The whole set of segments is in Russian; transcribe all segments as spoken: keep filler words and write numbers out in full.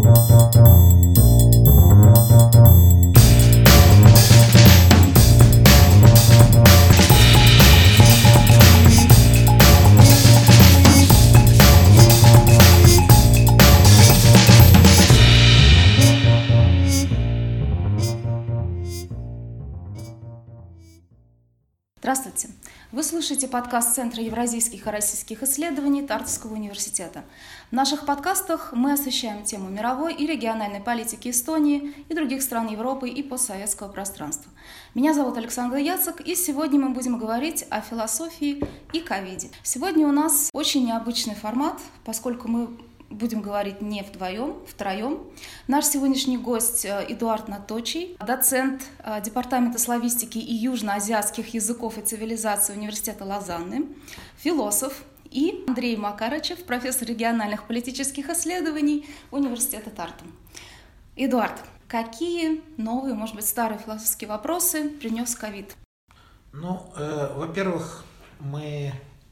Здравствуйте! Вы слушаете подкаст Центра евразийских и российских исследований Тартовского университета. В наших подкастах мы освещаем тему мировой и региональной политики Эстонии и других стран Европы и постсоветского пространства. Меня зовут Александра Яцек, и сегодня мы будем говорить о философии и ковиде. Сегодня у нас очень необычный формат, поскольку мы будем говорить не вдвоем, втроем. Наш сегодняшний гость Эдуард Наточий, доцент Департамента славистики и южноазиатских языков и цивилизаций Университета Лозанны, философ, и Андрей Макарычев, профессор региональных политических исследований Университета Тарту. Эдуард, какие новые, может быть, старые философские вопросы принес ковид? Ну, э, во-первых, мы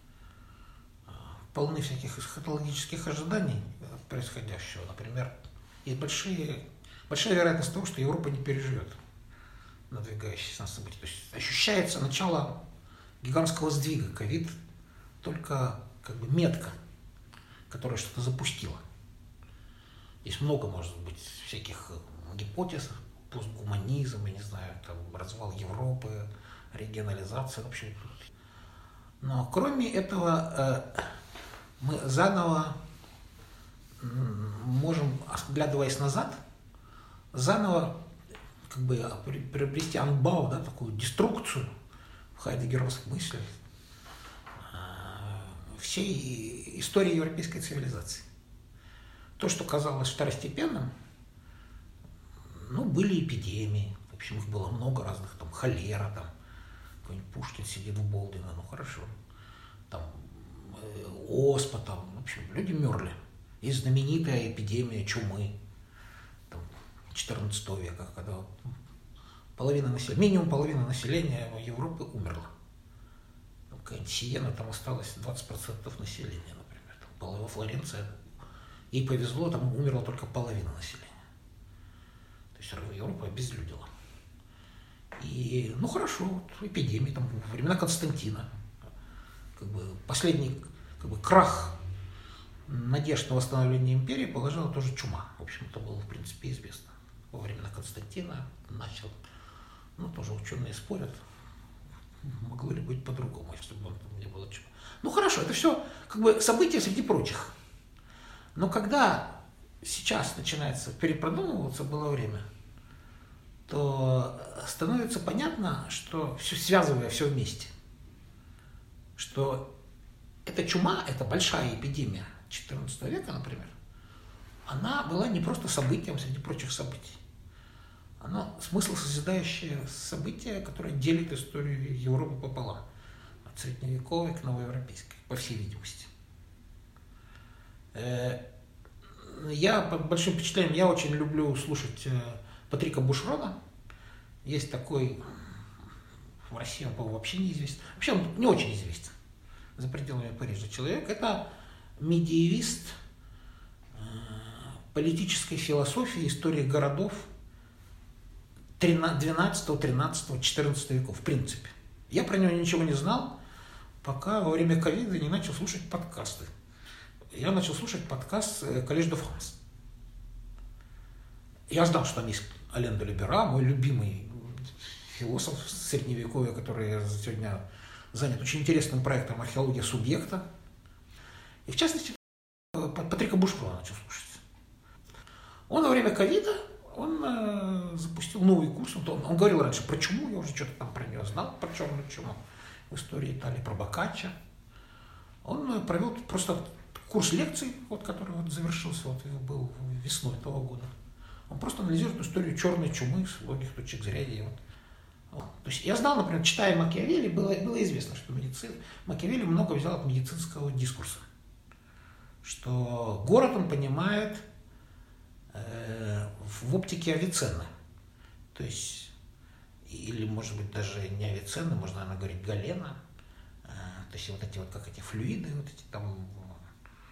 полны всяких эсхатологических ожиданий от происходящего. Например, есть большие, большая вероятность того, что Европа не переживет надвигающиеся на события. То есть ощущается начало гигантского сдвига. Ковид только как бы метка, которая что-то запустила. Есть много, может быть, всяких гипотез, постгуманизм, я не знаю, там, развал Европы, регионализация, в общем. Но кроме этого, мы заново можем, оглядываясь назад, заново как бы приобрести анбау, да, такую деструкцию в хайдеггеровской мысли всей истории европейской цивилизации. То, что казалось второстепенным, ну, были эпидемии, в общем, их было много разных, там, холера, там, какой-нибудь Пушкин сидит в Болдино, ну, хорошо, там, оспа, там, в общем, люди мерли. Есть знаменитая эпидемия чумы там, четырнадцатого века, когда половина населения, минимум половина населения Европы умерла. Какая-нибудь Сиена, там осталось двадцать процентов населения, например. Там была во Флоренции, ей повезло, там умерла только половина населения. То есть Европа обезлюдила. И, ну хорошо, вот, эпидемии, там, во времена Константина, как бы последний как бы, крах надежд на восстановление империи положила тоже чума. В общем, это было, в принципе, известно. Во времена Константина начал, ну, тоже ученые спорят, могло ли быть по-другому, если бы там не было чумы. Ну, хорошо, это все как бы события среди прочих. Но когда сейчас начинается перепродумываться было время, то становится понятно, что все, связывая все вместе, что эта чума, эта большая эпидемия четырнадцатого века, например, она была не просто событием среди прочих событий. Она смысл созидающее событие, которое делит историю Европы пополам. От средневековой к новоевропейской, по всей видимости. Я под большим впечатлением, я очень люблю слушать Патрика Бушрона. Есть такой, в России он, по-моему, вообще неизвестен. Вообще он не очень известен за пределами Парижа человек. Это медиевист политической философии, истории городов двенадцатого, тринадцатого, четырнадцатого веков, в принципе. Я про него ничего не знал, пока во время ковида не начал слушать подкасты. Я начал слушать подкаст «Коллеж де Франс». Я знал, что там есть Ален де Либера, мой любимый философ средневековья, который сегодня занят очень интересным проектом «Археология субъекта». И, в частности, Патрика Бушрона начал слушать. Он во время ковида он э, запустил новый курс. Он, он говорил раньше про чуму, я уже что-то там про нее знал, про черную чуму в истории Италии, про Боккаччо. Он э, провел просто курс лекций, вот, который вот завершился, вот, был весной этого года. Он просто анализирует историю черной чумы с многих точек зрения. Вот. Вот. То есть я знал, например, читая Макиавелли, было, было известно, что медицина, Макиавелли много взял от медицинского дискурса. Что город он понимает э, в оптике Авиценны. То есть, или, может быть, даже не Авиценны, можно, наверное, говорить Галена. Э, то есть, вот эти вот, как эти флюиды, вот эти там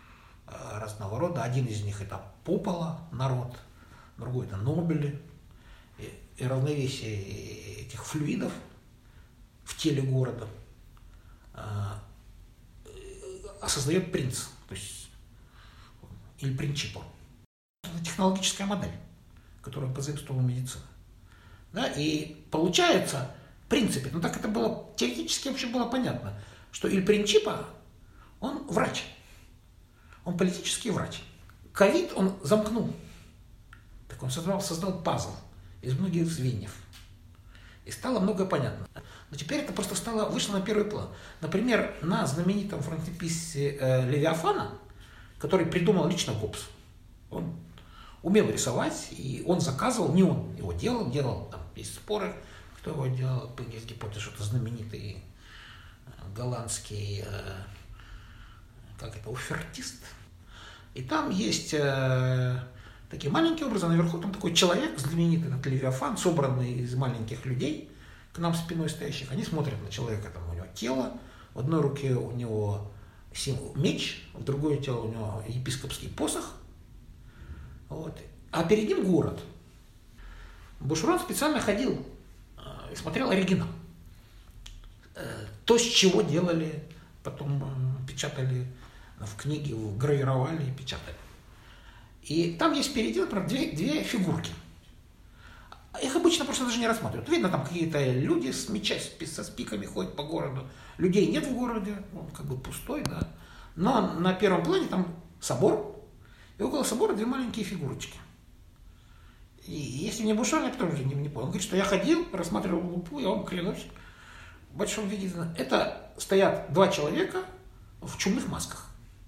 разного рода. Один из них это Попола, народ, другой это Нобели. И, и равновесие этих флюидов в теле города а, осознает принц, то есть или принципо. Это технологическая модель, которую позаимствовала медицина. Да? И получается, в принципе, ну так это было теоретически вообще было понятно, что Иль Принчипо, он врач, он политический врач. Ковид он замкнул, так он создал, создал пазл из многих звеньев. И стало многое понятно. Но теперь это просто стало, вышло на первый план. Например, на знаменитом фронтиписе э, Левиафана, который придумал лично Гоббс, он умел рисовать, и он заказывал, не он его делал, делал, там есть споры, кто его делал, есть гипотеза, что это знаменитый голландский, э, как это, уфертист. И там есть э, такие маленькие образы, наверху там такой человек, знаменитый этот Левиафан, собранный из маленьких людей, к нам спиной стоящих, они смотрят на человека, там у него тело, в одной руке у него меч, в другое тело у него епископский посох, вот. А перед ним город. Бушрон специально ходил и смотрел оригинал. То, с чего делали, потом печатали в книге, гравировали и печатали. И там есть впереди, например, две, две фигурки. Их обычно просто даже не рассматривают. Видно, там какие-то люди с мечами, со спиками ходят по городу. Людей нет в городе, он как бы пустой, да. Но на первом плане там собор, и около собора две маленькие фигурочки. И если не Бушрон, я потом уже не, не понял. Он говорит, что я ходил, рассматривал лупу, и он, клянусь, в большом виде. Это стоят два человека в чумных масках.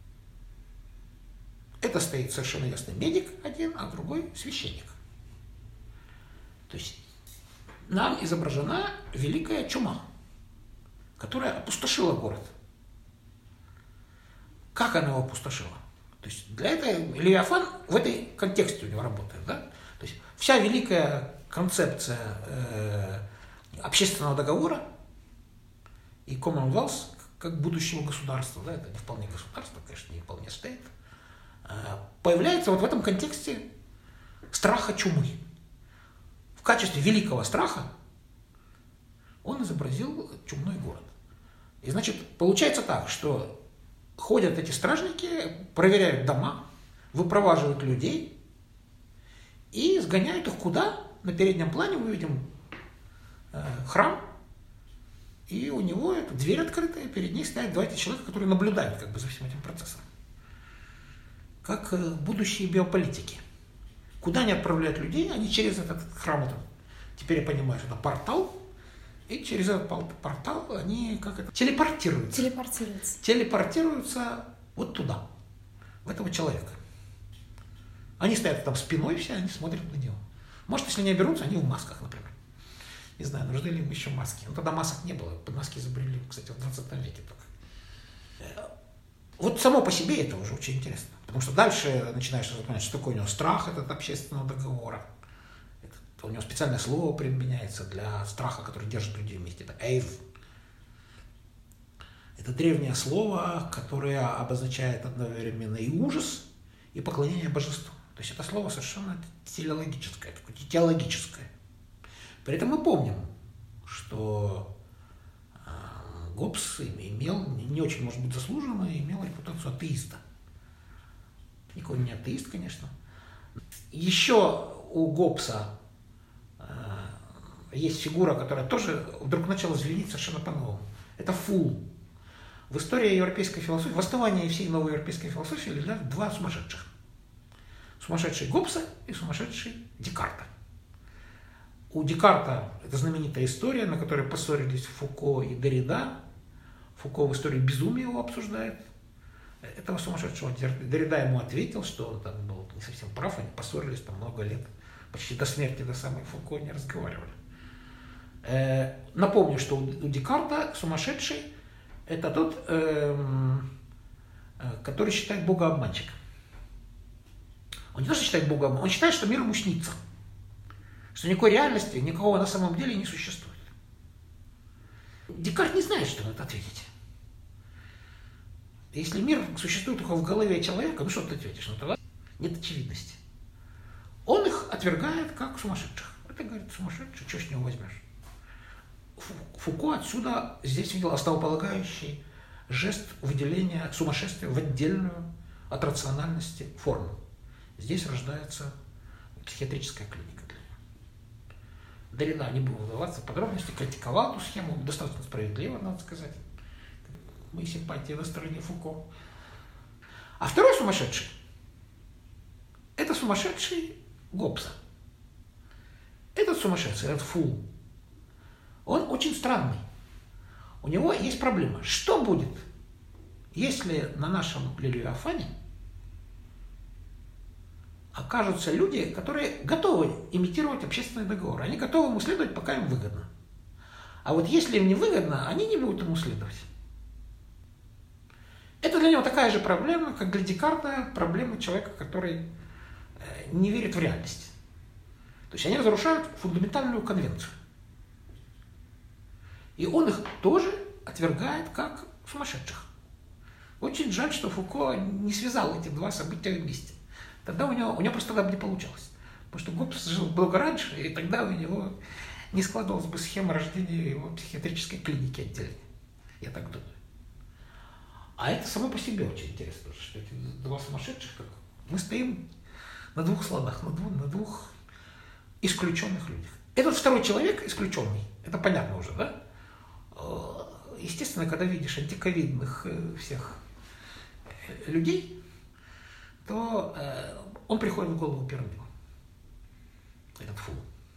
Это стоит совершенно ясно медик один, а другой священник. То есть нам изображена великая чума, которая опустошила город. Как она его опустошила? То есть для этого Левиафан в этой контексте у него работает. Да? То есть вся великая концепция э, общественного договора и Commonwealth как будущего государства, да, это не вполне государство, конечно, не вполне стоит, э, появляется вот в этом контексте страха чумы. В качестве великого страха он изобразил чумной город. И значит, получается так, что ходят эти стражники, проверяют дома, выпроваживают людей и сгоняют их куда? На переднем плане мы видим э, храм, и у него эта дверь открытая, перед ней стоят два эти человека, которые наблюдают как бы за всем этим процессом. Как э, будущие биополитики. Куда они отправляют людей? Они через этот храм, это, теперь я понимаю, что это портал, и через этот портал они как это, телепортируются. Телепортируются. Телепортируются вот туда, в этого человека. Они стоят там спиной все, они смотрят на него. Может, если не оберутся, они в масках, например. Не знаю, нужны ли им еще маски. Но тогда масок не было. Маски изобрели, кстати, в двадцатом веке только. Вот само по себе это уже очень интересно. Потому что дальше начинаешь понимать, что такое у него страх этот общественного договора. Это, у него специальное слово применяется для страха, который держит людей вместе. Это эйв. Это древнее слово, которое обозначает одновременно и ужас, и поклонение божеству. То есть это слово совершенно телеологическое, теологическое. При этом мы помним, что Гоббс имел, не очень, может быть, заслуженно, имел репутацию атеиста. Никакой не атеист, конечно. Еще у Гоббса э, есть фигура, которая тоже вдруг начала звенеть совершенно по-новому. Это фул. В истории европейской философии, в основании всей новой европейской философии лежат два сумасшедших. Сумасшедший Гоббса и сумасшедший Декарта. У Декарта это знаменитая история, на которой поссорились Фуко и Деррида. Фуко в истории безумия его обсуждает. Этого сумасшедшего Деррида ему ответил, что он там был не совсем прав, они поссорились там много лет, почти до смерти, до самой Фуко не разговаривали. Э, напомню, что у, у Декарта сумасшедший это тот, э, э, который считает Бога обманщиком. Он не то, что считает Бога обманщиком, он считает, что мир ему снится. Что никакой реальности, никакого на самом деле не существует. Декарт не знает, что на это ответить. Если мир существует только в голове человека, ну что ты ответишь? Ну тогда нет очевидности. Он их отвергает как сумасшедших. Это, говорит, сумасшедший, что с него возьмешь? Фуко отсюда здесь видел основополагающий жест выделения сумасшествия в отдельную от рациональности форму. Здесь рождается психиатрическая клиника для него. Деррида, не буду вдаваться в подробности, критиковал эту схему, достаточно справедливо, надо сказать. Мои симпатии на стороне Фуко. А второй сумасшедший – это сумасшедший Гоббса. Этот сумасшедший, этот фул, он очень странный. У него есть проблема. Что будет, если на нашем Левиафане окажутся люди, которые готовы имитировать общественный договор? Они готовы ему следовать, пока им выгодно. А вот если им не выгодно, они не будут ему следовать. Это для него такая же проблема, как для Декарта проблема человека, который не верит в реальность. То есть они разрушают фундаментальную конвенцию. И он их тоже отвергает как сумасшедших. Очень жаль, что Фуко не связал эти два события вместе. Тогда у него, у него просто тогда бы не получалось. Потому что Гоббс жил много раньше, и тогда у него не складывалась бы схема рождения его психиатрической клиники отдельно. Я так думаю. А это само по себе очень интересно, что эти два сумасшедших, как мы стоим на двух слонах, на двух, на двух исключенных людях. Этот второй человек исключенный, это понятно уже, да? Естественно, когда видишь антиковидных всех людей, то он приходит в голову первым делом. Этот фул.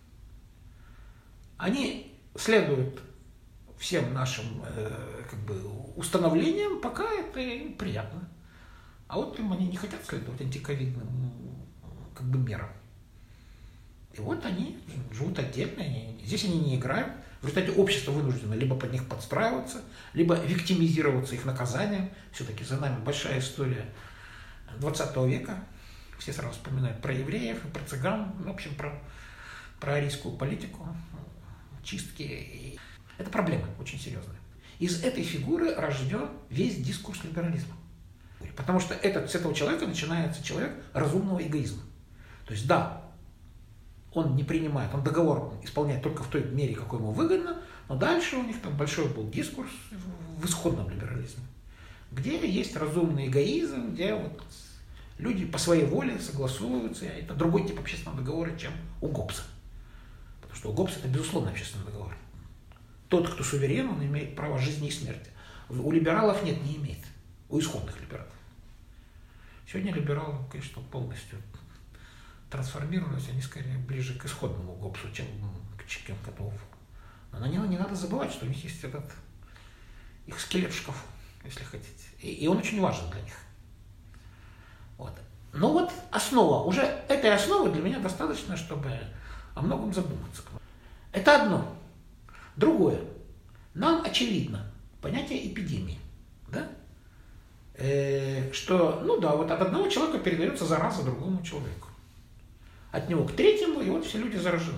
Они следуют всем нашим как бы установлениям, пока это им приятно. А вот им они не хотят следовать антиковидным как бы мерам. И вот они живут отдельно, они, здесь они не играют. В результате общество вынуждено либо под них подстраиваться, либо виктимизироваться их наказанием. Все-таки за нами большая история двадцатого века. Все сразу вспоминают про евреев, про цыган, в общем, про, про арийскую политику, чистки. Это проблема очень серьезная. Из этой фигуры рожден весь дискурс либерализма. Потому что этот, с этого человека начинается человек разумного эгоизма. То есть да, он не принимает, он договор исполняет только в той мере, какой ему выгодно, но дальше у них там большой был дискурс в исходном либерализме, где есть разумный эгоизм, где вот люди по своей воле согласуются. Это другой тип общественного договора, чем у Гоббса. Потому что у Гоббса это безусловно общественный договор. Тот, кто суверен, он имеет право жизни и смерти. У либералов нет, не имеет. У исходных либералов. Сегодня либералы, конечно, полностью трансформировались, они скорее ближе к исходному Гоббсу, чем к Чикем Котову. Но на него не надо забывать, что у них есть этот их скелет в шкафу, если хотите. И, и он очень важен для них. Вот. Но вот основа, уже этой основы для меня достаточно, чтобы о многом задуматься. Это одно. Другое. Нам очевидно понятие эпидемии. Да? Э, что, ну да, вот от одного человека передается зараза другому человеку. От него к третьему, и вот все люди заражены.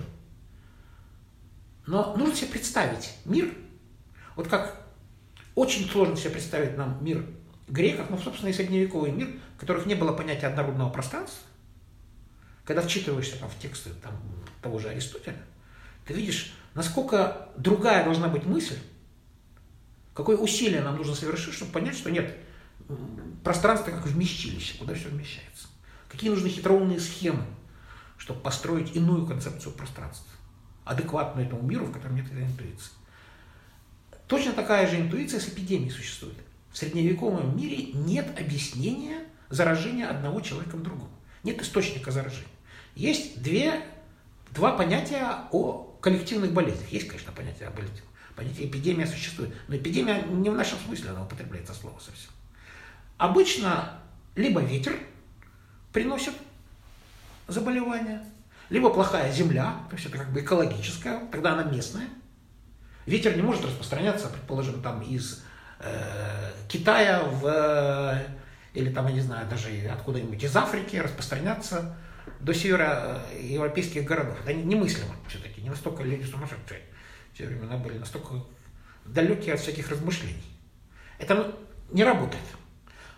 Но нужно себе представить мир, вот как очень сложно себе представить нам мир греков, ну, собственно, и средневековый мир, в которых не было понятия однородного пространства. Когда вчитываешься там, в тексты там, того же Аристотеля, ты видишь, насколько другая должна быть мысль, какое усилие нам нужно совершить, чтобы понять, что нет пространства как вместилище, куда все вмещается. Какие нужны хитроумные схемы, чтобы построить иную концепцию пространства, адекватную этому миру, в котором нет этой интуиции. Точно такая же интуиция с эпидемией существует. В средневековом мире нет объяснения заражения одного человеком другому. Нет источника заражения. Есть две, два понятия о коллективных болезнях. Есть, конечно, понятие о болезнях. Понятие эпидемия существует. Но эпидемия не в нашем смысле, она употребляется слово совсем. Обычно либо ветер приносит заболевание, либо плохая земля, то есть это как бы экологическая, тогда она местная. Ветер не может распространяться, предположим, там из э, Китая в, э, или там, я не знаю, даже откуда-нибудь из Африки распространяться до североевропейских городов. Это немыслимо все-таки, не настолько люди сумасшедшие в те времена были, настолько далекие от всяких размышлений. Это не работает.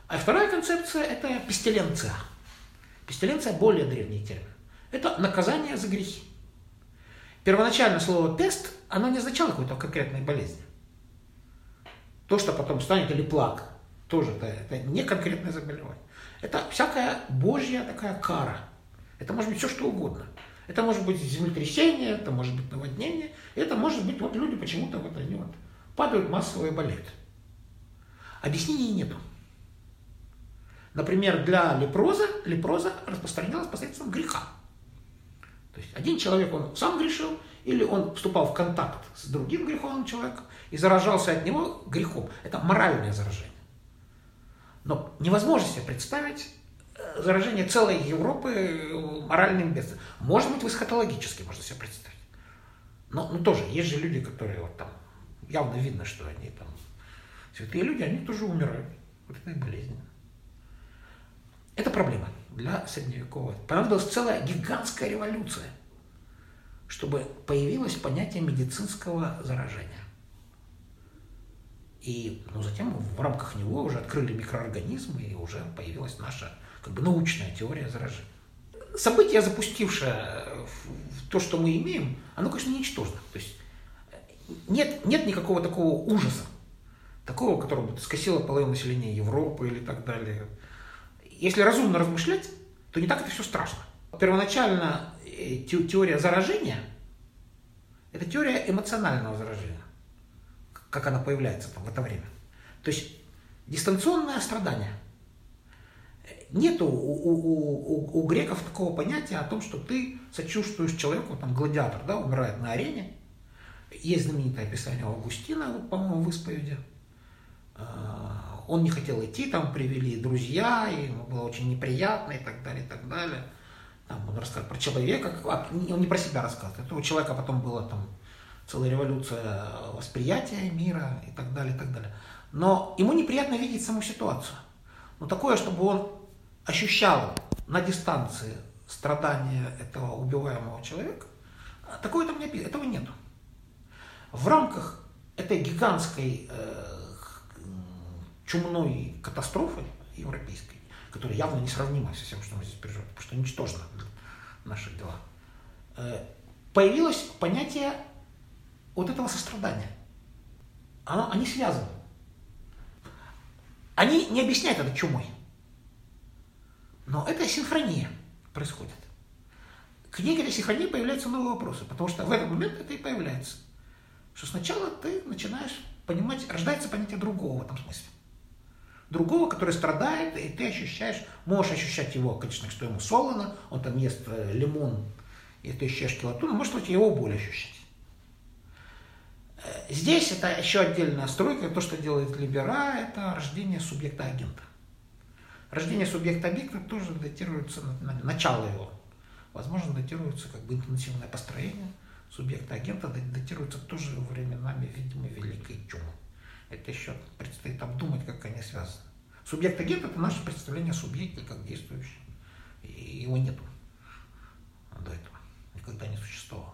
А вторая концепция – это пестиленция. Пестиленция – более древний термин. Это наказание за грехи. Первоначально слово «пест» оно не означало какой-то конкретной болезни. То, что потом станет, или плаг, тоже это, это не конкретное заболевание. Это всякая божья такая кара. Это может быть все, что угодно. Это может быть землетрясение, это может быть наводнение, это может быть, вот люди почему-то вот они вот падают массово и болеют. Объяснений нету. Например, для лепроза, лепроза распространялась посредством греха. То есть один человек, он сам грешил, или он вступал в контакт с другим греховным человеком и заражался от него грехом. Это моральное заражение. Но невозможно себе представить заражение целой Европы моральным бедствием. Может быть, высокотологически можно себе представить. Но, но тоже, есть же люди, которые вот там, явно видно, что они там святые люди, они тоже умирают от этой болезни. Это проблема для средневекового. Понадобилась целая гигантская революция, чтобы появилось понятие медицинского заражения. И ну, затем в рамках него уже открыли микроорганизмы, и уже появилась наша как бы, научная теория заражения. Событие, запустившее в то, что мы имеем, оно, конечно, ничтожно. То есть нет, нет никакого такого ужаса, такого, которое бы скосило половину населения Европы или так далее. Если разумно размышлять, то не так это все страшно. Первоначально теория заражения – это теория эмоционального заражения, как она появляется там, в это время. То есть дистанционное страдание. Нету у, у, у, у греков такого понятия о том, что ты сочувствуешь человеку, там гладиатор, да, умирает на арене. Есть знаменитое описание у Августина, вот, по-моему, в исповеди. Он не хотел идти, там привели друзья, и ему было очень неприятно, и так далее, и так далее. Там он рассказывает про человека, он не про себя рассказывает. Это у человека потом была там целая революция восприятия мира, и так далее, и так далее. Но ему неприятно видеть саму ситуацию. Но такое, чтобы он ощущал на дистанции страдания этого убиваемого человека, такое там не описано, этого нету. В рамках этой гигантской э, чумной катастрофы европейской, которая явно несравнима со всем, что мы здесь переживаем, потому что ничтожно в наших делах, э, появилось понятие вот этого сострадания. Оно, они связаны. Они не объясняют это чумой. Но это синхрония происходит. К ней, этой синхронии появляются новые вопросы, потому что в этот момент это и появляется. Что сначала ты начинаешь понимать, рождается понятие другого в этом смысле. Другого, который страдает, и ты ощущаешь, можешь ощущать его, конечно, что ему солоно, он там ест лимон, и ты ощущаешь килоту, но можешь его боль ощущать. Здесь это еще отдельная стройка, то, что делает Либера, это рождение субъекта-агента. Рождение субъекта-объекта тоже датируется, начало его, возможно, датируется как бы интенсивное построение субъекта-агента, датируется тоже временами, видимо, Великой Чумы. Это еще предстоит обдумать, как они связаны. Субъект-агент – это наше представление о субъекте как действующем. И его нету до этого, никогда не существовало.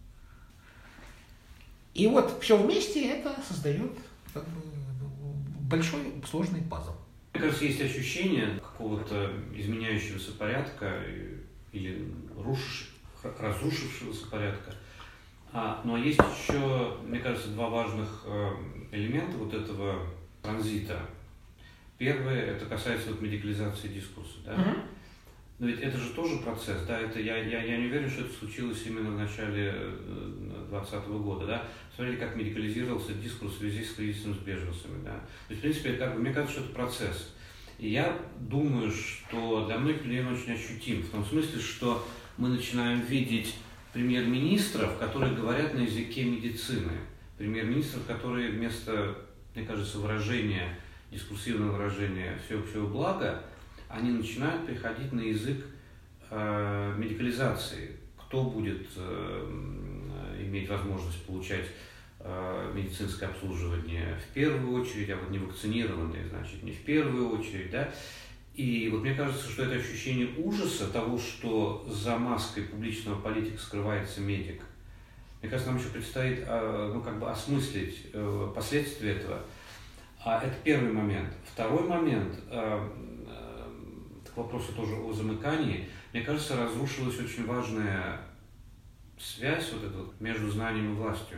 И вот все вместе это создает как бы большой сложный пазл. Мне кажется, есть ощущение какого-то изменяющегося порядка или рушиш... разрушившегося порядка. А, но есть еще, мне кажется, два важных элемента вот этого транзита. Первое, это касается вот медикализации дискурса. Да? Mm-hmm. Но ведь это же тоже процесс. Да? Это, я, я, я не уверен, что это случилось именно в начале двадцатого года. Да? Смотрите, как медикализировался дискурс в связи с кризисом с беженцами. Да? То есть, в принципе, как бы, мне кажется, что это процесс. И я думаю, что для многих людей он очень ощутим. В том смысле, что мы начинаем видеть премьер-министров, которые говорят на языке медицины. Премьер-министров, которые вместо, мне кажется, выражения, дискурсивного выражения всеобщего блага, они начинают переходить на язык э, медикализации. Кто будет э, иметь возможность получать э, медицинское обслуживание в первую очередь, а вот невакцинированные, значит, не в первую очередь, да? И вот мне кажется, что это ощущение ужаса того, что за маской публичного политика скрывается медик. Мне кажется, нам еще предстоит ну, как бы осмыслить последствия этого. А это первый момент. Второй момент, э, э, к вопросу тоже о замыкании. Мне кажется, разрушилась очень важная связь вот эта вот между знанием и властью.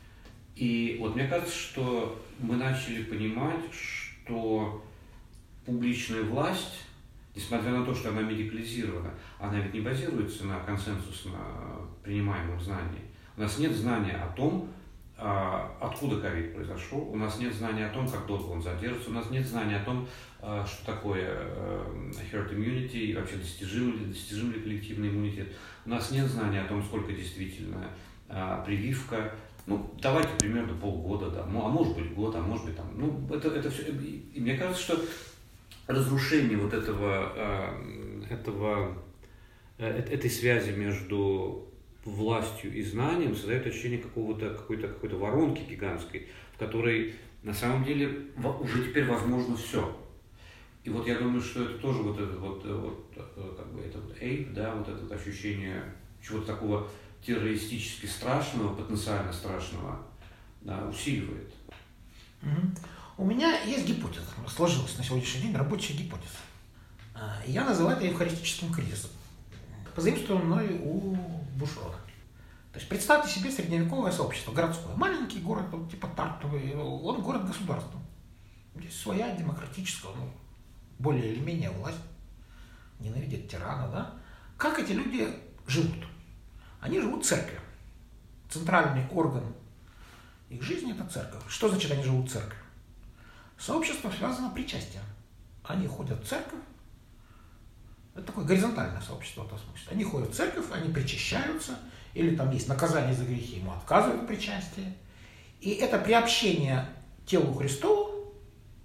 И вот мне кажется, что мы начали понимать, что публичная власть, несмотря на то, что она медикализирована, она ведь не базируется на консенсусно принимаемом знании. У нас нет знания о том, откуда ковид произошел, у нас нет знания о том, как долго он задержится, у нас нет знания о том, что такое herd immunity и вообще достижим ли, достижим ли коллективный иммунитет. У нас нет знания о том, сколько действительно прививка. Ну, давайте примерно полгода, да, ну, а может быть год, а может быть там, ну, это, это все. И мне кажется, что разрушение вот этого, этого, этой связи между властью и знанием создает ощущение какого-то, какой-то, какой-то воронки гигантской, в которой на самом деле уже теперь возможно все. И вот я думаю, что это тоже вот это вот, вот как бы это вот эйп, да, вот это вот ощущение чего-то такого террористически страшного, потенциально страшного, да, усиливает. Угу. У меня есть гипотеза, сложилась на сегодняшний день рабочая гипотеза. Я называю это эвхаристическим кризисом, позаимствованным мной у Бушрона. То есть представьте себе средневековое сообщество, городское. Маленький город, вот, типа Тарту, он город-государство. Здесь своя демократическая, ну, более или менее власть, ненавидят тирана, да? Как эти люди живут? Они живут в церкви. Центральный орган их жизни – это церковь. Что значит они живут в церкви? Сообщество связано причастием. Они ходят в церковь. Это такое горизонтальное сообщество в этом смысле. Они ходят в церковь, они причащаются, или там есть наказание за грехи, ему отказывают в причастии. И это приобщение к телу Христову,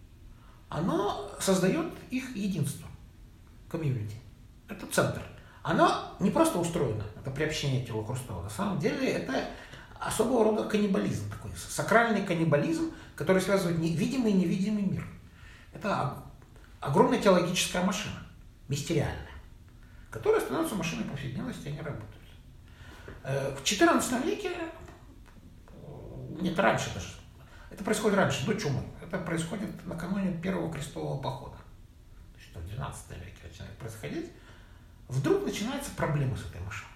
оно создает их единство, комьюнити. Это центр. Оно не просто устроено, это приобщение к телу Христову. На самом деле это особого рода каннибализм, такой сакральный каннибализм, который связывает видимый и невидимый мир. Это огромная теологическая машина, мистериальная, которая становится машиной повседневности, они работают. В четырнадцатом веке, нет, раньше даже, это происходит раньше, до чумы, это происходит накануне первого крестового похода. То есть в двенадцатом веке начинает происходить. Вдруг начинаются проблемы с этой машиной.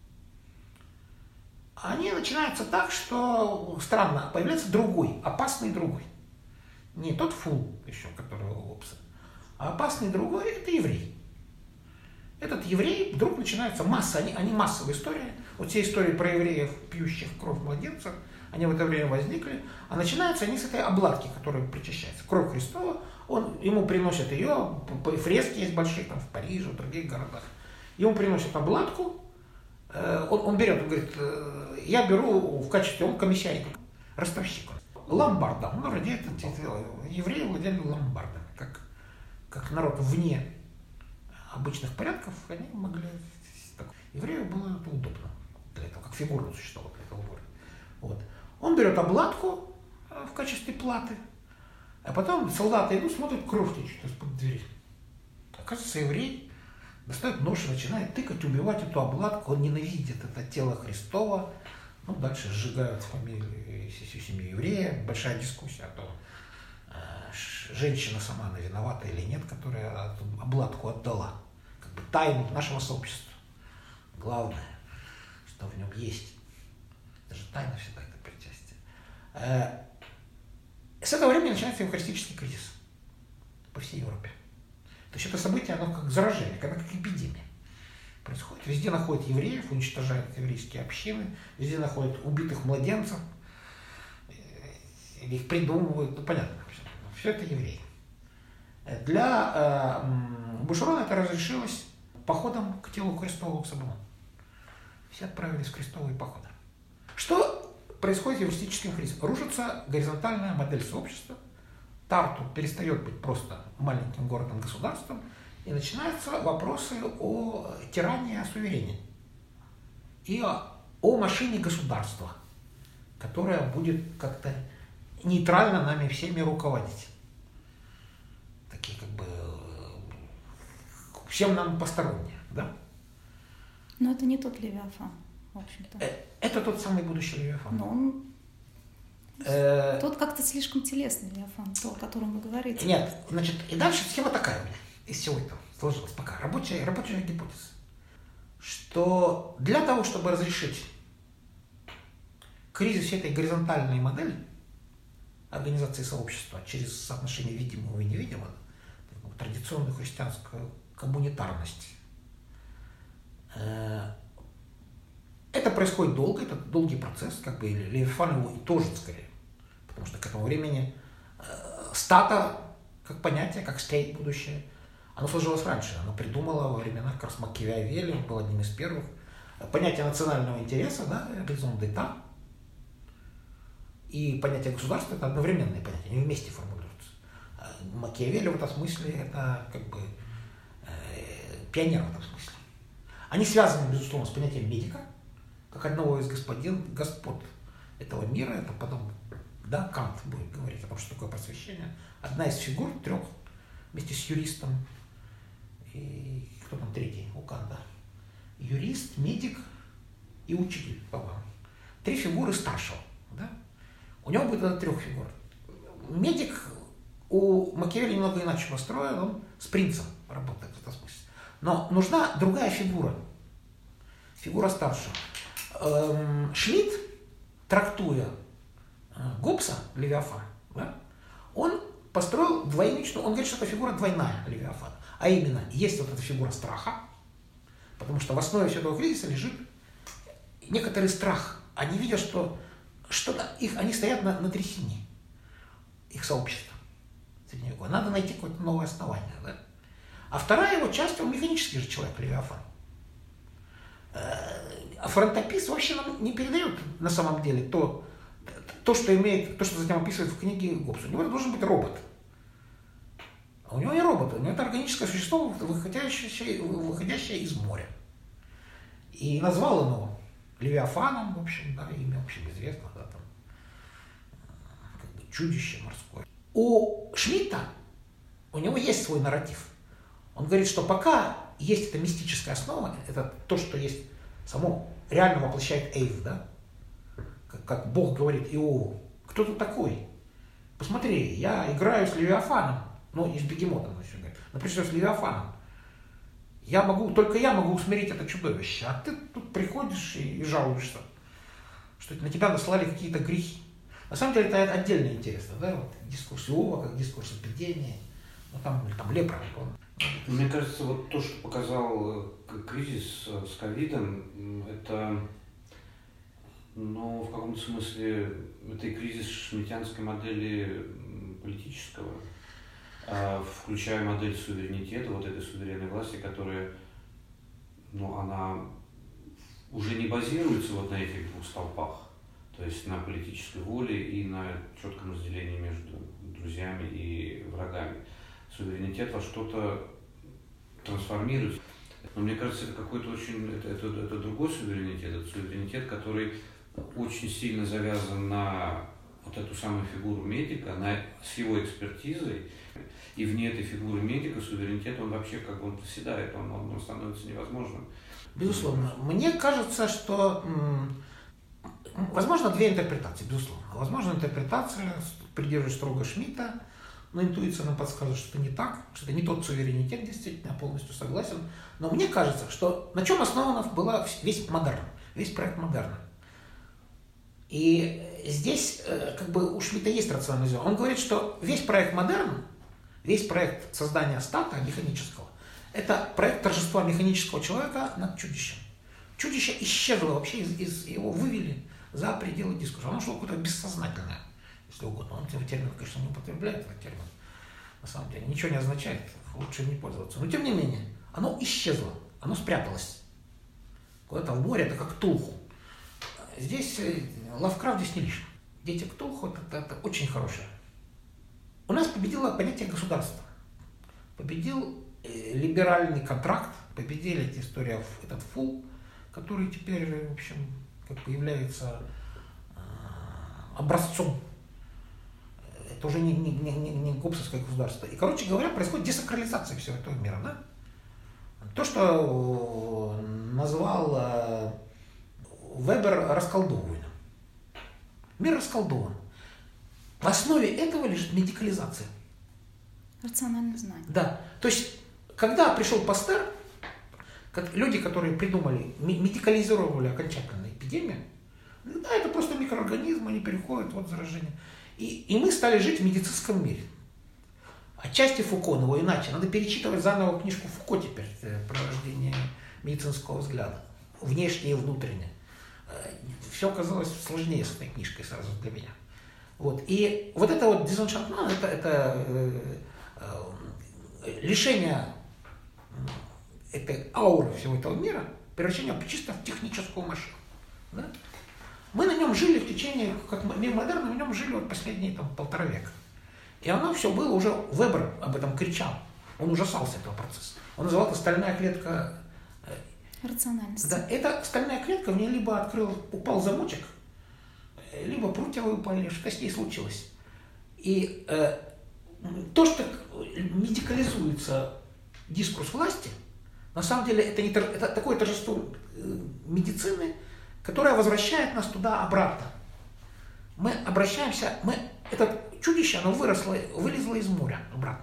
Они начинаются так, что странно, появляется другой, опасный другой. Не тот фул еще, которого у Лобса, а опасный другой – это еврей. Этот еврей, вдруг начинается масса, они, они массовая история. Вот все истории про евреев, пьющих кровь младенцев, они в это время возникли. А начинаются они с этой обладки, которая причащается. Кровь Христова, он, ему приносят ее, фрески есть большие там в Париже, в других городах. Ему приносят обладку, он, он берет, он говорит, я беру в качестве, он комиссарик, ростовщик, ломбардом. Ну, вроде это, евреи владели ломбардами, как, как народ вне обычных порядков, они могли... Еврею было это удобно для этого, как фигурно существовало для этого города. Вот. Он берет обладку в качестве платы, а потом солдаты идут, смотрят, кровь течет из-под двери. Оказывается, еврей достает нож и начинает тыкать, убивать эту обладку. Он ненавидит это тело Христова. Ну, дальше сжигают фамилию, всю семью еврея. Большая дискуссия о том, женщина сама она виновата или нет, которая эту обладку отдала. Как бы тайну нашего сообщества. Главное, что в нем есть. Даже тайна всегда это причастие. С этого времени начинается евхаристический кризис по всей Европе. То есть это событие, оно как заражение, как, как эпидемия происходит. Везде находят евреев, уничтожают еврейские общины, везде находят убитых младенцев, или их придумывают, ну понятно, все, все это евреи. Для э, Бушрона это разрешилось походом к телу Христову в Сабамон. Все отправились в крестовые походы. Что происходит с евхаристическим кризисом? Рушится горизонтальная модель сообщества. Тарту перестает быть просто маленьким городом-государством, и начинаются вопросы о тирании, о суверене и о, о машине государства, которая будет как-то нейтрально нами всеми руководить. Такие как бы всем нам посторонние, да? Но это не тот Левиафан, в общем-то. Это тот самый будущий Левиафан. Но он Тот как-то слишком телесный Левиафан, то, о котором вы говорите. Нет, значит, и дальше схема такая у меня из всего этого сложилась пока. Рабочая, рабочая гипотеза. Что для того, чтобы разрешить кризис этой горизонтальной модели организации сообщества через соотношение видимого и невидимого, традиционную христианскую коммунитарность, это происходит долго, это долгий процесс, как бы Левиафан его и тоже скорее. Потому что к этому времени э, стата, как понятие, как стейт будущее, оно сложилось раньше. Оно придумало во времена как раз Макиавелли, он был одним из первых. Понятие национального интереса, да, raison d'état, и понятие государства — это одновременные понятия, они вместе формулируются. Макиавелли в этом смысле это как бы э, пионер в этом смысле. Они связаны, безусловно, с понятием медика, как одного из господин, господ этого мира. Это потом, да, Кант будет говорить о том, что такое просвещение. Одна из фигур трех, вместе с юристом, и кто там третий у Канта? Юрист, медик и учитель, по-моему. Три фигуры старшего, да? У него будет это трех фигур. Медик у Макиавелли немного иначе построен, он с принцем работает в этом смысле. Но нужна другая фигура, фигура старшего. Шмидт, трактуя Гоббса, Левиафан, да, он построил двойничную, он говорит, что это фигура двойная Левиафана. А именно, есть вот эта фигура страха, потому что в основе всего этого кризиса лежит некоторый страх. Они видят, что что-то их, они стоят на, на трясине, их сообщества средневековья. Надо найти какое-то новое основание. Да? А вторая его часть, он механический же человек, Левиафан. А фронтопис вообще нам не передает на самом деле то, то, что имеет, то, что затем описывает в книге Гоббса. У него должен быть робот. А у него не робот, у него это органическое существо, выходящее, выходящее из моря. И назвал его Левиафаном, в общем, да, имя в общем известно, да, там, как бы чудище морское. У Шмидта, у него есть свой нарратив. Он говорит, что пока есть эта мистическая основа, это то, что есть само, реально воплощает Эйв, да? Как, как Бог говорит Иову, кто ты такой? Посмотри, я играю с Левиафаном, ну, и с Бегемотом, например, с Левиафаном. Я могу, только я могу усмирить это чудовище, а ты тут приходишь и, и жалуешься, что на тебя наслали какие-то грехи. На самом деле это отдельно интересно, да, вот дискурс Иова, как дискурс эпидемии, ну там, там лепра, он. Мне кажется, вот то, что показал кризис с ковидом, это, ну, в каком-то смысле, это и кризис шмидтианской модели политического, включая модель суверенитета, вот этой суверенной власти, которая, ну, она уже не базируется вот на этих двух столпах, то есть на политической воле и на четком разделении между друзьями и врагами. Суверенитет во что-то трансформируется. Но мне кажется, это какой-то очень, это, это, это другой суверенитет, это суверенитет, который очень сильно завязан на вот эту самую фигуру медика, на, с его экспертизой, и вне этой фигуры медика суверенитет, он вообще как бы он проседает, он, он, он становится невозможным. Безусловно. Мне кажется, что возможно две интерпретации, безусловно. Возможно интерпретация, придерживаясь строго Шмидта, но интуиция нам подсказывает, что это не так, что это не тот суверенитет, действительно, я полностью согласен. Но мне кажется, что на чем основан был весь модерн, весь проект модерна. И здесь как бы у Шмидта есть рациональный взгляд. Он говорит, что весь проект модерна, весь проект создания стата механического, это проект торжества механического человека над чудищем. Чудище исчезло вообще, из, из, его вывели за пределы дискурса. Оно шло какое-то бессознательное, если угодно. Он этот термин, конечно, не употребляет, этот термин. На самом деле ничего не означает, лучше не пользоваться. Но тем не менее, оно исчезло, оно спряталось. Куда-то в море, это как Ктулху. Здесь Лавкрафт здесь не лишний. Дети Ктулху это, это очень хорошее. У нас победило понятие государства. Победил э, либеральный контракт, победили эти истории, этот фул, который теперь, в общем, как бы является э, образцом. Это уже не, не, не, не гоббсовское государство. И, короче говоря, происходит десакрализация всего этого мира. Да? То, что назвал э, Вебер расколдовыванием. Мир расколдован. В основе этого лежит медикализация. Рациональное знание. Да. То есть, когда пришел Пастер, люди, которые придумали, медикализировали окончательно эпидемию, да, это просто микроорганизмы, они переходят от заражения. И, и мы стали жить в медицинском мире. Отчасти Фуко, но иначе. Надо перечитывать заново книжку Фуко теперь про рождение медицинского взгляда. Внешнее и внутреннее. Все оказалось сложнее с этой книжкой сразу для меня. Вот. И вот это вот дезеншантман, это, это э, э, лишение этой ауры всего этого мира, превращение чисто в техническую машину. Да? Мы на нем жили в течение, как мир модерна, на нем жили вот последние там, полтора века. И оно все было, уже Вебер об этом кричал. Он ужасался этого процесса. Он называл это стальная клетка рациональности. Да, эта стальная клетка, в ней либо открыл, упал замочек, либо прутья выпали, что с ней случилось. И э, то, что медикализуется дискурс власти, на самом деле это, не, это такое торжество медицины, которое возвращает нас туда обратно. Мы обращаемся, мы, это чудище, оно выросло, вылезло из моря обратно.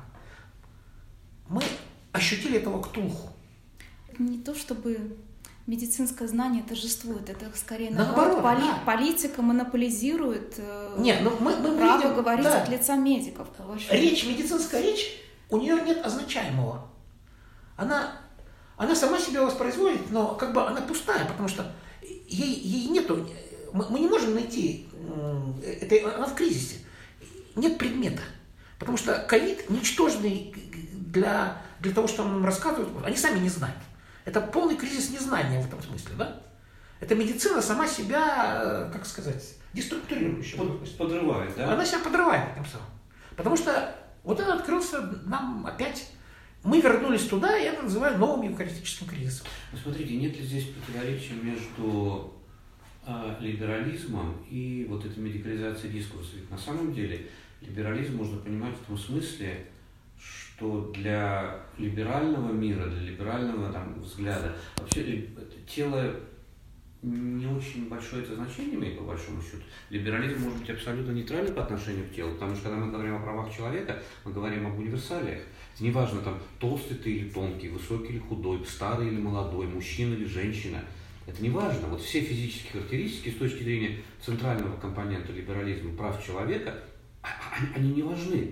Мы ощутили этого ктулху. Не то чтобы медицинское знание торжествует, это скорее наоборот, наоборот, поли, да. политика монополизирует э, Нет, ну мы, мы право видим, говорить да. от лица медиков. Речь, медицинская речь, у нее нет означаемого. Она, она сама себя воспроизводит, но как бы она пустая, потому что ей, ей нету, мы, мы не можем найти, это, она в кризисе, нет предмета. Потому что ковид ничтожный для, для того, что нам рассказывают, они сами не знают. Это полный кризис незнания в этом смысле, да? Это медицина сама себя, как сказать, деструктурирующая. Под, подрывает, да? Она себя подрывает этим самым. Потому что вот это открылся нам опять. Мы вернулись туда, и я это называю новым евхаристическим кризисом. Ну, смотрите, нет ли здесь противоречия между э, либерализмом и вот этой медикализацией дискурса? Ведь на самом деле либерализм можно понимать в том смысле, что для либерального мира, для либерального там, взгляда вообще тело не очень большое это значение имеет, по большому счету. Либерализм может быть абсолютно нейтральным по отношению к телу, потому что когда мы говорим о правах человека, мы говорим об универсалиях. Неважно, там, толстый ты или тонкий, высокий или худой, старый или молодой, мужчина или женщина. Это не важно. Вот все физические характеристики с точки зрения центрального компонента либерализма прав человека, они, они не важны.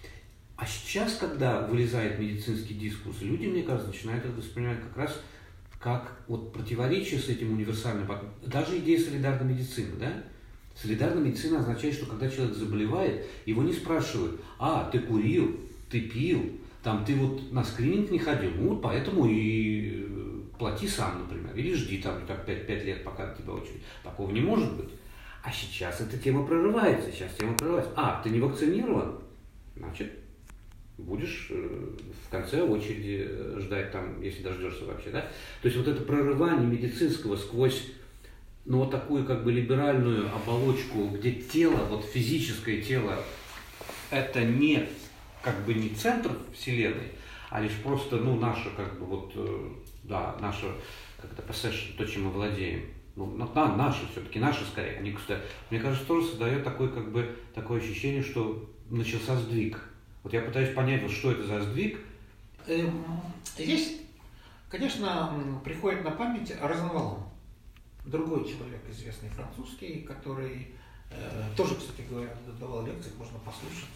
А сейчас, когда вылезает медицинский дискурс, люди, мне кажется, начинают это воспринимать как раз как вот противоречие с этим универсальным. Даже идея солидарной медицины, да? Солидарная медицина означает, что когда человек заболевает, его не спрашивают: а, ты курил, ты пил, там, ты вот на скрининг не ходил, ну вот поэтому и плати сам, например, или жди там пять лет, пока тебя очередь. Такого не может быть. А сейчас эта тема прорывается, сейчас тема прорывается. А, ты не вакцинирован? Значит, будешь в конце очереди ждать там, если дождешься вообще, да? То есть вот это прорывание медицинского сквозь, ну, вот такую как бы либеральную оболочку, где тело, вот физическое тело, это не как бы не центр вселенной, а лишь просто, ну, наше, как бы, вот, да, наше, как это, possession, то, чем мы владеем. Ну, на, наши все-таки, наши скорее. Они, кстати, мне кажется, тоже создает такое, как бы, такое ощущение, что начался сдвиг. Вот я пытаюсь понять, вот что это за сдвиг. Здесь, конечно, приходит на память Розенвалон. Другой человек, известный французский, который э, тоже, кстати говоря, давал лекции, можно послушать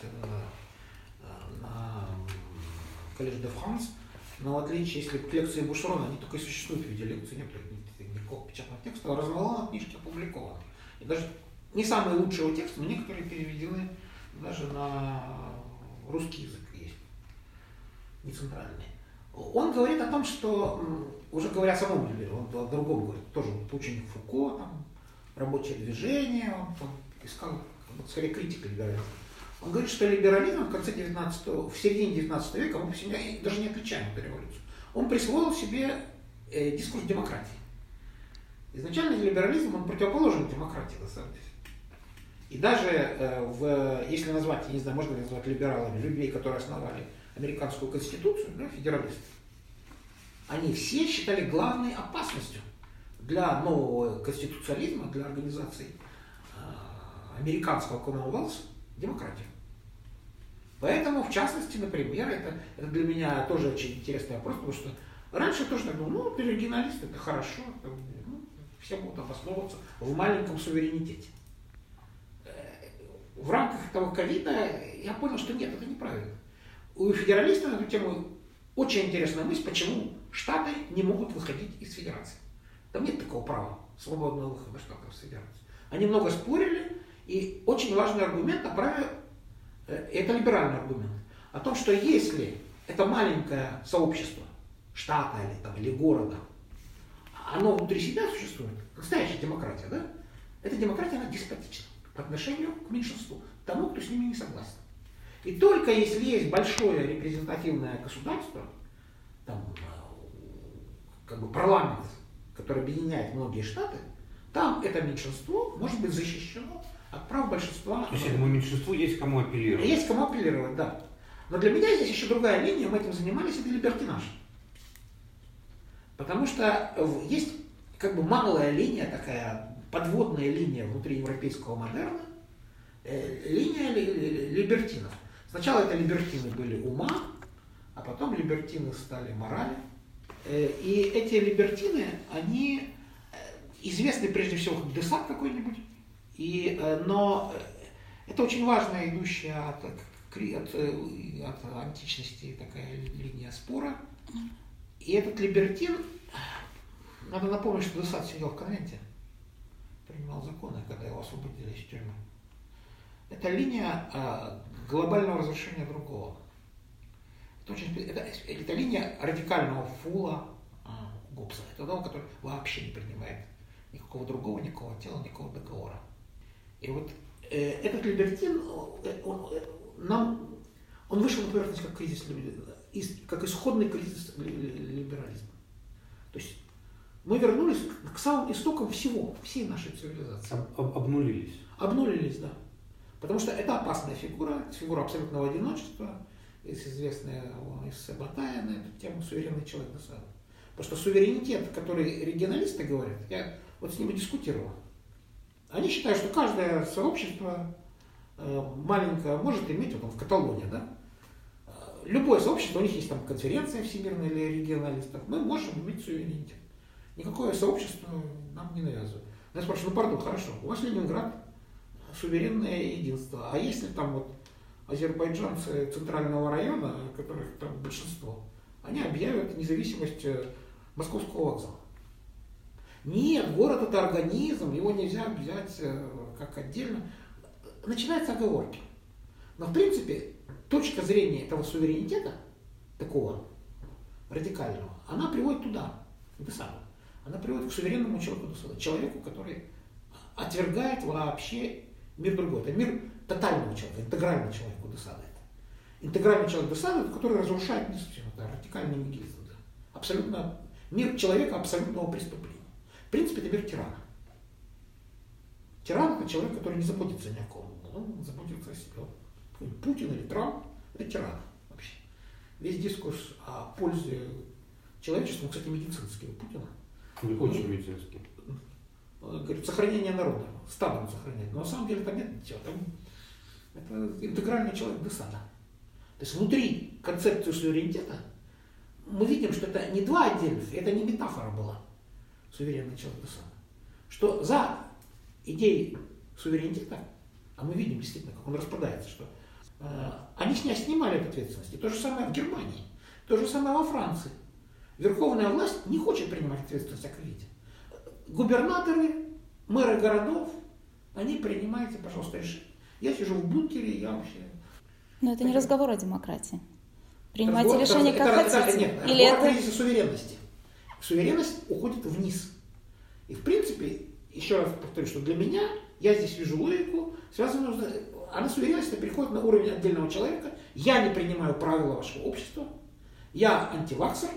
на, на Коллеж де Франс. Но в отличие, если лекции Бушерона, они только и существуют в виде лекций, нет никакого печатного текста, а Розенвалона книжки опубликованы. И даже не самые лучшие его тексты, но некоторые переведены даже на русский язык есть, не центральный. Он говорит о том, что, уже говоря о самом Либере, он о другом говорит, тоже ученик Фуко, там, рабочее движение, он там, искал, скорее критика либерализма. Он говорит, что либерализм в конце девятнадцатого, в середине девятнадцатого века, мы себя даже не отличаем от революции, он присвоил себе э, дискурс демократии. Изначально либерализм, он противоположен демократии, на самом деле. И даже, э, в, если назвать, я не знаю, можно ли назвать либералами людей, которые основали американскую конституцию, да, федералисты, они все считали главной опасностью для нового конституциализма, для организации э, американского Commonwealth, демократию. Поэтому, в частности, например, это, это для меня тоже очень интересный вопрос, потому что раньше я тоже так думал, ну, ты регионалист, это хорошо, это, ну, все будут обосновываться в маленьком суверенитете. В рамках этого ковида я понял, что нет, это неправильно. У федералистов на эту тему очень интересная мысль, почему Штаты не могут выходить из федерации. Там нет такого права свободного выхода Штатов из федерации. Они много спорили, и очень важный аргумент о праве, это либеральный аргумент, о том, что если это маленькое сообщество штата или, там, или города, оно внутри себя существует, настоящая демократия, да? Эта демократия, она деспотична по отношению к меньшинству, тому, кто с ними не согласен. И только если есть большое репрезентативное государство, там, как бы парламент, который объединяет многие штаты, там это меньшинство может быть защищено от прав большинства. То есть этому меньшинству есть кому апеллировать? Есть кому апеллировать, да. Но для меня здесь еще другая линия, мы этим занимались, это либертинаж. Потому что есть как бы малая линия, такая подводная линия внутри европейского модерна, э, линия ли, либертинов. Сначала это либертины были ума, а потом либертины стали морали. Э, и эти либертины, они известны прежде всего как Десад какой-нибудь, и, э, но это очень важная, идущая от, от, от античности такая линия спора. И этот либертин, надо напомнить, что Десад сидел в конвенте, принимал законы, когда его освободили из тюрьмы. Это линия а, глобального разрушения другого. Это, очень, это, это линия радикального фула а, Гоббса. Это того, который вообще не принимает никакого другого, никакого тела, никакого договора. И вот э, этот либертин, он, он, нам, он вышел на поверхность как кризис, как исходный кризис либерализма. То есть мы вернулись к самым истокам всего, всей нашей цивилизации. Об, об, обнулились. Обнулились, да. Потому что это опасная фигура, фигура абсолютного одиночества. Есть известная из Сабатая на эту тему «Суверенный человек Десада». Потому что суверенитет, который регионалисты говорят, я вот с ними дискутировал. Они считают, что каждое сообщество э, маленькое может иметь, вот он в Каталонии, да, любое сообщество, у них есть там конференция всемирная или регионалистов, мы можем иметь суверенитет. Никакое сообщество нам не навязывает. Я спрашиваю, ну пардон, хорошо, у вас Ленинград суверенное единство, а если там вот азербайджанцы центрального района, которых там большинство, они объявят независимость Московского вокзала. Нет, город это организм, его нельзя взять как отдельно. Начинаются оговорки. Но в принципе точка зрения этого суверенитета, такого радикального, она приводит туда, к Десаду. Она приводит к суверенному человеку Десаду, человеку, который отвергает вообще мир другой. Это мир тотального человека, интегрального человека Десада. Интегральный человек Десада, который разрушает мир, это радикальный нигилизм. Да. Абсолютно, мир человека абсолютного преступления. В принципе, это мир тирана. Тиран – это человек, который не заботится ни о ком. Он заботится о себе. Путин или Трамп – это тиран вообще. Весь дискурс о пользе человечества, кстати, медицинский у Путина. Очень медицинский. Говорит, сохранение народа, стадом сохранять. Но на самом деле там нет ничего. Там это интегральный человек Десада. То есть внутри концепции суверенитета мы видим, что это не два отдельных, это не метафора была, суверенный человек Десада. Что за идеей суверенитета, а мы видим действительно, как он распадается, что э, они с ней снимали эту ответственность. И то же самое в Германии, то же самое во Франции. Верховная власть не хочет принимать ответственность о ковиде. Губернаторы, мэры городов, они принимайте, пожалуйста, решение. Я сижу в бункере, я вообще... Но это не разговор о демократии. Принимайте разговор, решение, это, как это, хотите. Это, нет, Или разговор это... о кризисе суверенности. Суверенность уходит вниз. И в принципе, еще раз повторю, что для меня, я здесь вижу логику, связанную с... Она суверенность переходит на уровень отдельного человека. Я не принимаю правила вашего общества. Я антиваксер.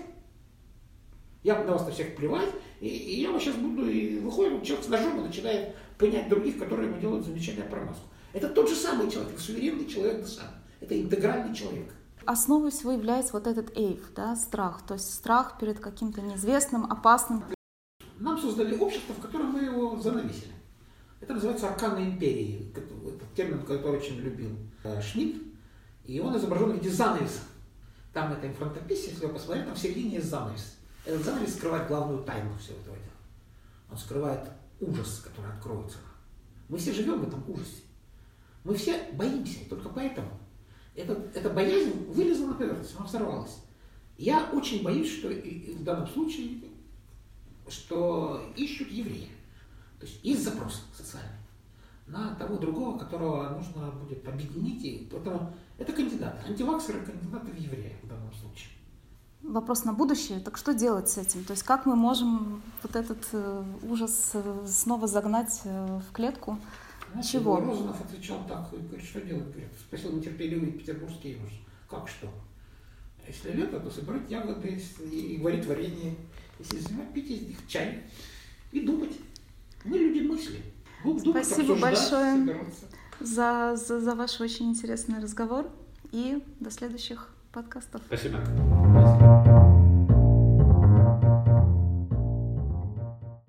Я на вас на всех плевать. И, и я вот сейчас буду, и выходит человек с ножом и начинает понять других, которые ему делают замечания про маску. Это тот же самый человек, суверенный человек Десада. Это интегральный человек. Основой всего является вот этот эйв, да, страх. То есть страх перед каким-то неизвестным, опасным. Нам создали общество, в котором мы его занавесили. Это называется «Арканы империи». Это термин, который очень любил Шмидт. И он изображен в виде занавеса. Там это фронтопись, если вы посмотрите, там в середине есть занавес. Этот занавес скрывает главную тайну всего этого дела. Он скрывает ужас, который откроется. Мы все живем в этом ужасе. Мы все боимся, и только поэтому. Это, эта боязнь вылезла на поверхность, она взорвалась. Я очень боюсь, что в данном случае, что ищут еврея. То есть есть запрос социальный на того другого, которого нужно будет объединить. И поэтому это кандидат. Антиваксеры – кандидаты в еврея в данном случае. Вопрос на будущее. Так что делать с этим? То есть как мы можем вот этот э, ужас э, снова загнать э, в клетку? Знаете, Чего? Розанов отвечал так, говорит, что делать? Говорит, спросил нетерпеливый петербургский юноша. Как что? Если лето, то собирать ягоды и варить варенье. Если зима, пить из них чай и думать. Мы люди мысли. Думать, Спасибо большое за, за, за ваш очень интересный разговор и до следующих подкастов. Спасибо.